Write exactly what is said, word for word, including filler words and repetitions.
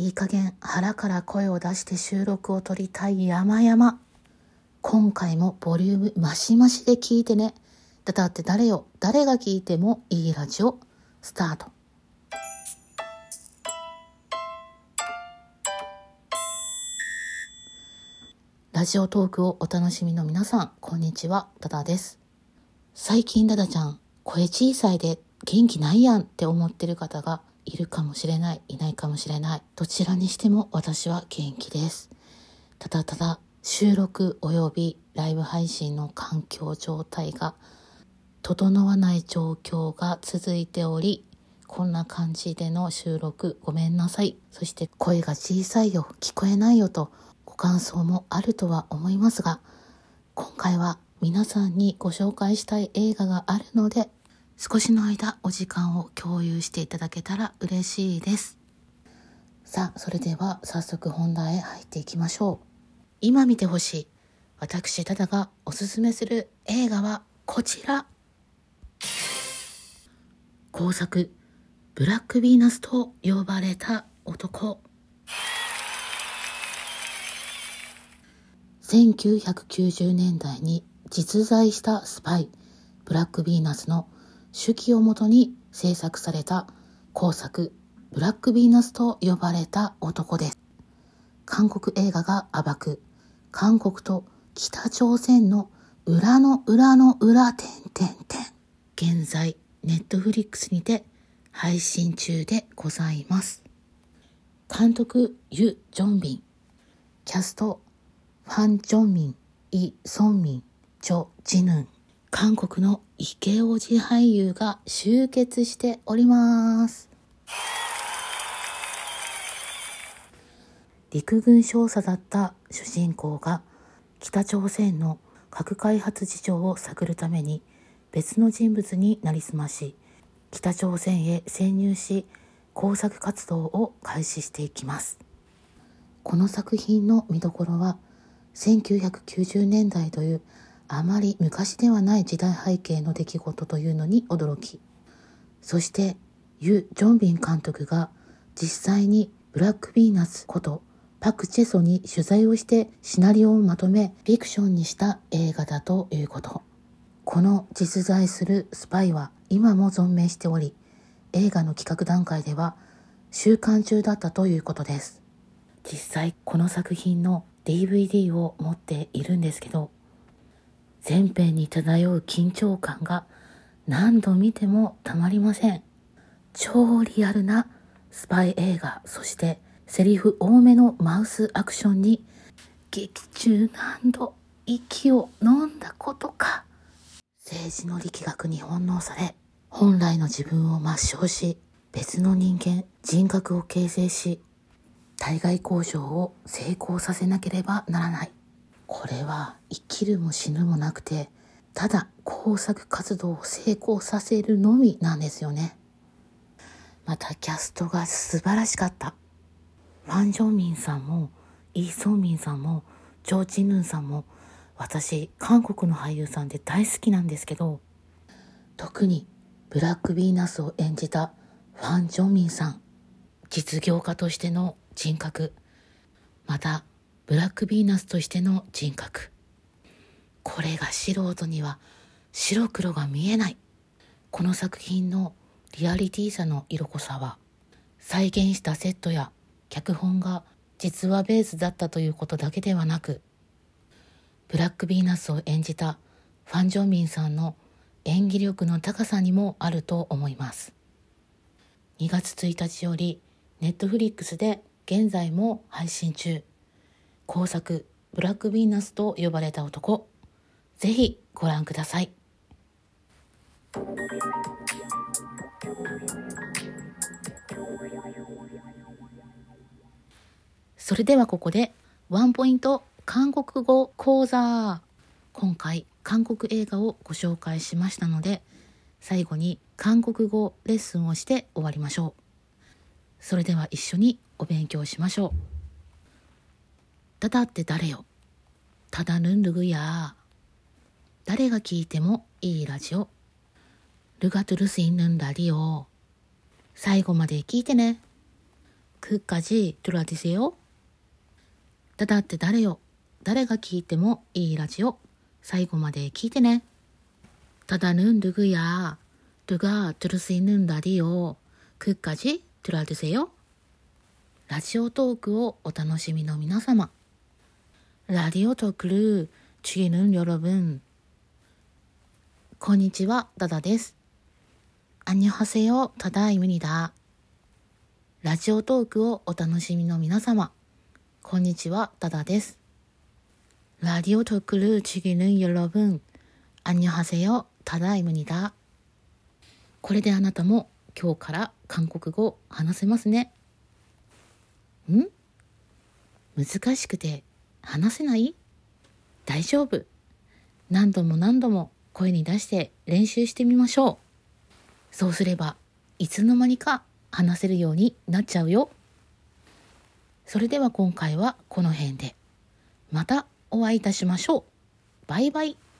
いい加減腹から声を出して収録を撮りたい山々。今回もボリュームマシマシで聞いてね。だだって誰よ、誰が聞いてもいいラジオスタート。ラジオトークをお楽しみの皆さん、こんにちは、ダダです。最近ダダちゃん声小さいで元気ないやんって思ってる方がいるかもしれない、いないかもしれない。どちらにしても私は元気です。ただただ収録およびライブ配信の環境状態が整わない状況が続いており、こんな感じでの収録ごめんなさい。そして声が小さいよ、聞こえないよとご感想もあるとは思いますが、今回は皆さんにご紹介したい映画があるので、少しの間お時間を共有していただけたら嬉しいです。さあ、それでは早速本題へ入っていきましょう。今見てほしい私ダダがおすすめする映画はこちら。後作ブラックヴィーナスと呼ばれた男。せんきゅうひゃくきゅうじゅうねんだいに実在したスパイブラックヴィーナスの手記をもとに制作された後作ブラックヴィーナスと呼ばれた男です。韓国映画が暴く韓国と北朝鮮の裏の裏の裏点点点。現在ネットフリックスにて配信中でございます。監督ユ・ジョンビン、キャストファン・ジョンミン、イ・ソンミン、チョ・ジヌン。韓国のイケオジ俳優が集結しております。陸軍少佐だった主人公が北朝鮮の核開発事情を探るために別の人物になりすまし、北朝鮮へ潜入し工作活動を開始していきます。この作品の見どころは、せんきゅうひゃくきゅうじゅうねんだいというあまり昔ではない時代背景の出来事というのに驚き、そしてユ・ジョンビン監督が実際にブラックヴィーナスことパク・チェソに取材をしてシナリオをまとめフィクションにした映画だということ。この実在するスパイは今も存命しており、映画の企画段階では収監中だったということです。実際この作品の ディーブイディー を持っているんですけど、全編に漂う緊張感が何度見てもたまりません。超リアルなスパイ映画、そしてセリフ多めのマウスアクションに劇中何度息を飲んだことか。政治の力学に翻弄され、本来の自分を抹消し、別の人間、人格を形成し、対外交渉を成功させなければならない。これは生きるも死ぬもなくて、ただ工作活動を成功させるのみなんですよね。またキャストが素晴らしかった。ファン・ジョンミンさんもイ・ソンミンさんもチョ・ジヌンさんも、私韓国の俳優さんで大好きなんですけど、特にブラックヴィーナスを演じたファン・ジョンミンさん、実業家としての人格、またブラックヴィーナスとしての人格、これが素人には白黒が見えない。この作品のリアリティさの色濃さは、再現したセットや脚本が実話ベースだったということだけではなく、ブラックヴィーナスを演じたファン・ジョンミンさんの演技力の高さにもあると思います。にがつついたちよりネットフリックスで現在も配信中、後作ブラックヴィーナスと呼ばれた男、ぜひご覧ください。それではここでワンポイント韓国語講座。今回韓国映画をご紹介しましたので、最後に韓国語レッスンをして終わりましょう。それでは一緒にお勉強しましょう。ダダって誰よ、ただぬんるぐや。誰が聞いてもいいラジオ、ルガトゥルスインヌンラディオ。最後まで聞いてね。 끝까지 들어주세요.ダダって誰よ。誰が聞いてもいいラジオ。最後まで聞いてね。다다는 누구야? 누가 들을 수 있는 라디오. 끝까지 들어주세요. ラジオトークをお楽しみの皆様。라디오 토크를 즐기는 여러분. こんにちは、ダダです。안녕하세요、ダダ입니다。ラジオトークをお楽しみの皆様。こんにちは、ダダです。라디오 토크를 즐기는 여러분. 안녕하세요、ダダ입니다。これであなたも今日から韓国語話せますね。ん？難しくて話せない？大丈夫。何度も何度も声に出して練習してみましょう。そうすればいつの間にか話せるようになっちゃうよ。それでは今回はこの辺で。またお会いいたしましょう。バイバイ。